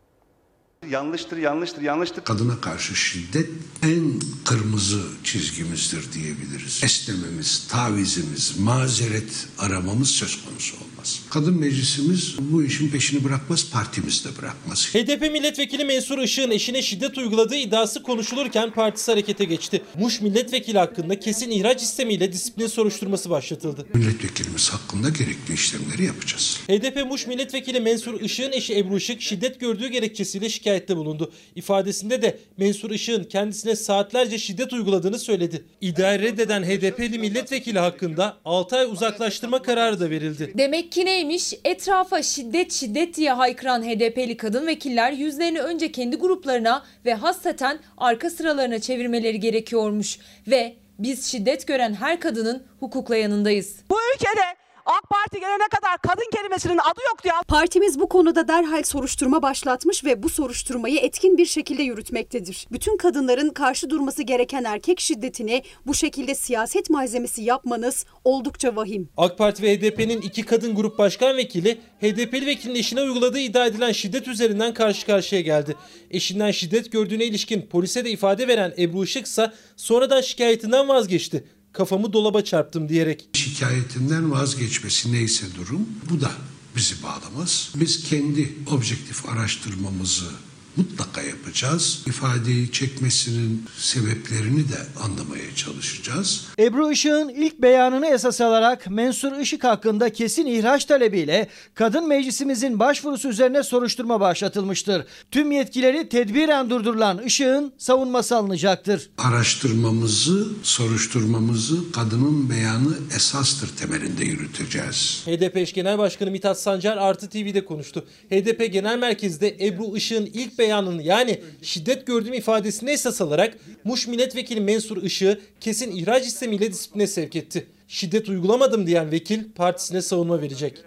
Yanlıştır. Kadına karşı şiddet en kırmızı çizgimizdir diyebiliriz. Esnememiz, tavizimiz, mazeret aramamız söz konusu olmaz. Kadın meclisimiz bu işin peşini bırakmaz, partimiz de bırakmaz. HDP milletvekili Mensur Işık'ın eşine şiddet uyguladığı iddiası konuşulurken partisi harekete geçti. Muş milletvekili hakkında kesin ihraç istemiyle disiplin soruşturması başlatıldı. Milletvekilimiz hakkında gerekli işlemleri yapacağız. HDP Muş milletvekili Mensur Işık'ın eşi Ebru Işık şiddet gördüğü gerekçesiyle şikayette bulundu. İfadesinde de Mensur Işık'ın kendisine saatlerce şiddet uyguladığını söyledi. İddiayı reddeden HDP'li milletvekili hakkında 6 ay uzaklaştırma kararı da verildi. Demek ki neymiş? Etrafa şiddet diye haykıran HDP'li kadın vekiller yüzlerini önce kendi gruplarına ve hasreten arka sıralarına çevirmeleri gerekiyormuş. Ve biz şiddet gören her kadının hukukla yanındayız. Bu ülkede AK Parti gelene kadar kadın kelimesinin adı yoktu ya. Partimiz bu konuda derhal soruşturma başlatmış ve bu soruşturmayı etkin bir şekilde yürütmektedir. Bütün kadınların karşı durması gereken erkek şiddetini bu şekilde siyaset malzemesi yapmanız oldukça vahim. AK Parti ve HDP'nin 2 kadın grup başkan vekili HDP'li vekilin eşine uyguladığı iddia edilen şiddet üzerinden karşı karşıya geldi. Eşinden şiddet gördüğüne ilişkin polise de ifade veren Ebru Işık ise sonradan şikayetinden vazgeçti. Kafamı dolaba çarptım diyerek. Şikayetinden vazgeçmesi neyse durum, bu da bizi bağlamaz. Biz kendi objektif araştırmamızı mutlaka yapacağız. İfadeyi çekmesinin sebeplerini de anlamaya çalışacağız. Ebru Işık'ın ilk beyanını esas alarak Mensur Işık hakkında kesin ihraç talebiyle Kadın Meclisimizin başvurusu üzerine soruşturma başlatılmıştır. Tüm yetkileri tedbiren durdurulan Işık'ın savunması alınacaktır. Araştırmamızı, soruşturmamızı kadının beyanı esastır temelinde yürüteceğiz. HDP eş genel başkanı Mithat Sancar Artı TV'de konuştu. HDP Genel Merkez'de Ebru Işık'ın ilk beyanını yani şiddet gördüğüm ifadesini esas alarak Muş Milletvekili Mensur Işık'ı kesin ihraç istemiyle disipline sevk etti. Şiddet uygulamadım diyen vekil partisine savunma verecek.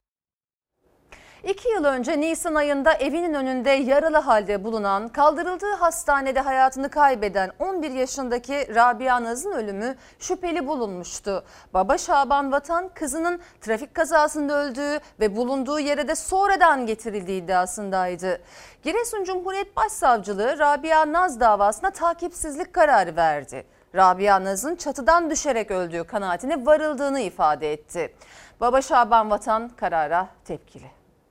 2 yıl önce Nisan ayında evinin önünde yaralı halde bulunan, kaldırıldığı hastanede hayatını kaybeden 11 yaşındaki Rabia Naz'ın ölümü şüpheli bulunmuştu. Baba Şaban Vatan kızının trafik kazasında öldüğü ve bulunduğu yere de sonradan getirildiği iddiasındaydı. Giresun Cumhuriyet Başsavcılığı Rabia Naz davasına takipsizlik kararı verdi. Rabia Naz'ın çatıdan düşerek öldüğü kanaatine varıldığını ifade etti. Baba Şaban Vatan karara tepkili.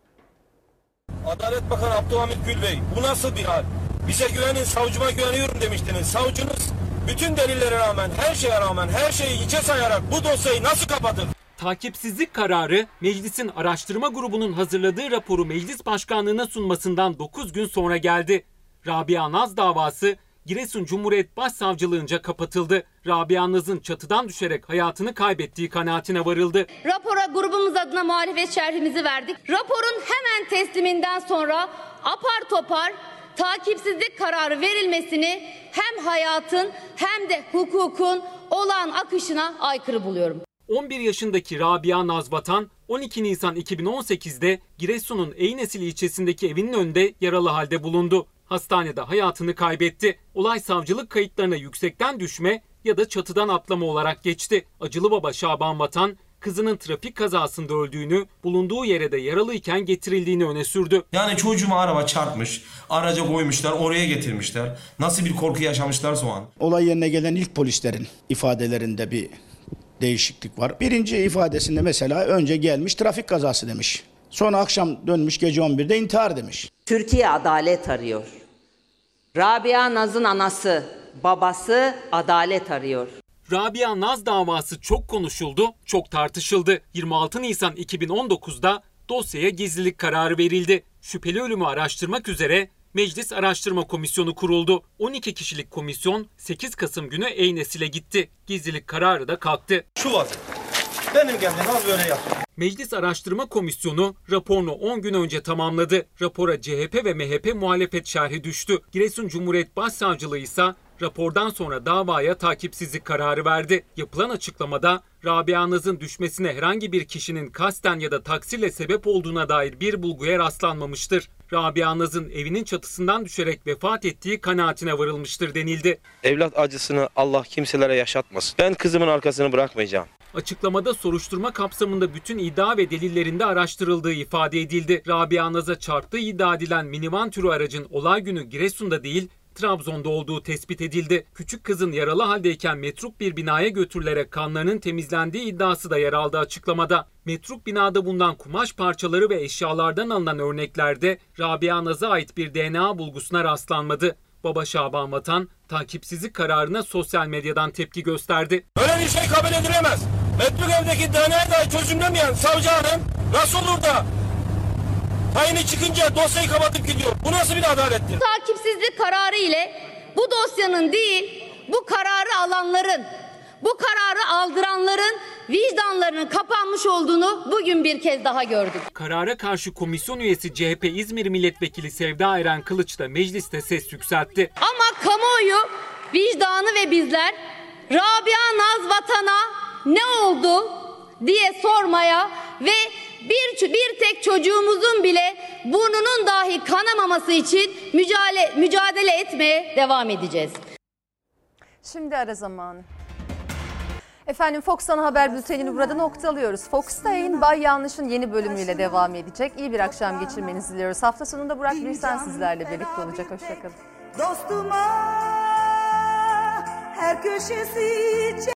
Adalet Bakanı Abdülhamit Gül Bey, bu nasıl bir hal? Bize güvenin, savcıma güveniyorum demiştiniz. Savcınız bütün delillere rağmen, her şeye rağmen, her şeyi hiçe sayarak bu dosyayı nasıl kapatır? Takipsizlik kararı meclisin araştırma grubunun hazırladığı raporu meclis başkanlığına sunmasından 9 gün sonra geldi. Rabia Naz davası Giresun Cumhuriyet Başsavcılığınca kapatıldı. Rabia Naz'ın çatıdan düşerek hayatını kaybettiği kanaatine varıldı. Rapora grubumuz adına muhalefet şerhimizi verdik. Raporun hemen tesliminden sonra apar topar takipsizlik kararı verilmesini hem hayatın hem de hukukun olağan akışına aykırı buluyorum. 11 yaşındaki Rabia Naz Vatan 12 Nisan 2018'de Giresun'un Eynesil ilçesindeki evinin önünde yaralı halde bulundu. Hastanede hayatını kaybetti. Olay savcılık kayıtlarına yüksekten düşme ya da çatıdan atlama olarak geçti. Acılı baba Şaban Vatan kızının trafik kazasında öldüğünü, bulunduğu yere de yaralıyken getirildiğini öne sürdü. Yani çocuğuma araba çarpmış, araca koymuşlar, oraya getirmişler. Nasıl bir korku yaşamışlarsa o an. Olay yerine gelen ilk polislerin ifadelerinde bir değişiklik var. Birinci ifadesinde mesela önce gelmiş trafik kazası demiş. Sonra akşam dönmüş gece 11'de intihar demiş. Türkiye adalet arıyor. Rabia Naz'ın anası, babası adalet arıyor. Rabia Naz davası çok konuşuldu, çok tartışıldı. 26 Nisan 2019'da dosyaya gizlilik kararı verildi. Şüpheli ölümü araştırmak üzere Meclis Araştırma Komisyonu kuruldu. 12 kişilik komisyon 8 Kasım günü Eynesil'e gitti. Gizlilik kararı da kalktı. Şu vaziyet. Benim geldiğim az böyle yap. Meclis Araştırma Komisyonu raporunu 10 gün önce tamamladı. Rapora CHP ve MHP muhalefet şerhi düştü. Giresun Cumhuriyet Başsavcılığı ise Rapordan sonra davaya takipsizlik kararı verdi. Yapılan açıklamada Rabia Naz'ın düşmesine herhangi bir kişinin kasten ya da taksirle sebep olduğuna dair bir bulguya rastlanmamıştır. Rabia Naz'ın evinin çatısından düşerek vefat ettiği kanaatine varılmıştır denildi. Evlat acısını Allah kimselere yaşatmasın. Ben kızımın arkasını bırakmayacağım. Açıklamada soruşturma kapsamında bütün iddia ve delillerinde araştırıldığı ifade edildi. Rabia Naz'a çarptığı iddia edilen minivan türü aracın olay günü Giresun'da değil, Trabzon'da olduğu tespit edildi. Küçük kızın yaralı haldeyken metruk bir binaya götürülerek kanlarının temizlendiği iddiası da yer aldı açıklamada. Metruk binada bulunan kumaş parçaları ve eşyalardan alınan örneklerde Rabia Naz'a ait bir DNA bulgusuna rastlanmadı. Baba Şaban Vatan takipsizlik kararına sosyal medyadan tepki gösterdi. Böyle bir şey kabul edilemez. Metruk evdeki DNA'yı dahi çözümlemeyen savcı hanım nasıl olur da tayini çıkınca dosyayı kapatıp gidiyor? Bu nasıl bir adalettir? Takipsizlik kararı ile bu dosyanın değil, bu kararı alanların, bu kararı aldıranların vicdanlarının kapanmış olduğunu bugün bir kez daha gördük. Karara karşı komisyon üyesi CHP İzmir Milletvekili Sevda Eren Kılıç da mecliste ses yükseltti. Ama kamuoyu, vicdanı ve bizler Rabia Naz Vatan'a ne oldu diye sormaya ve bir tek çocuğumuzun bile burnunun dahi kanamaması için mücadele etmeye devam edeceğiz. Şimdi ara zamanı. Efendim Fox Ana Haber Bülteni'ni burada noktalıyoruz. Fox'ta yayın Bay Yanlış'ın yeni bölümüyle devam edecek. İyi bir akşam geçirmenizi diliyoruz. Hafta sonunda Burak Birsen sizlerle birlikte olacak. Hoşçakalın. Dostuma her köşesi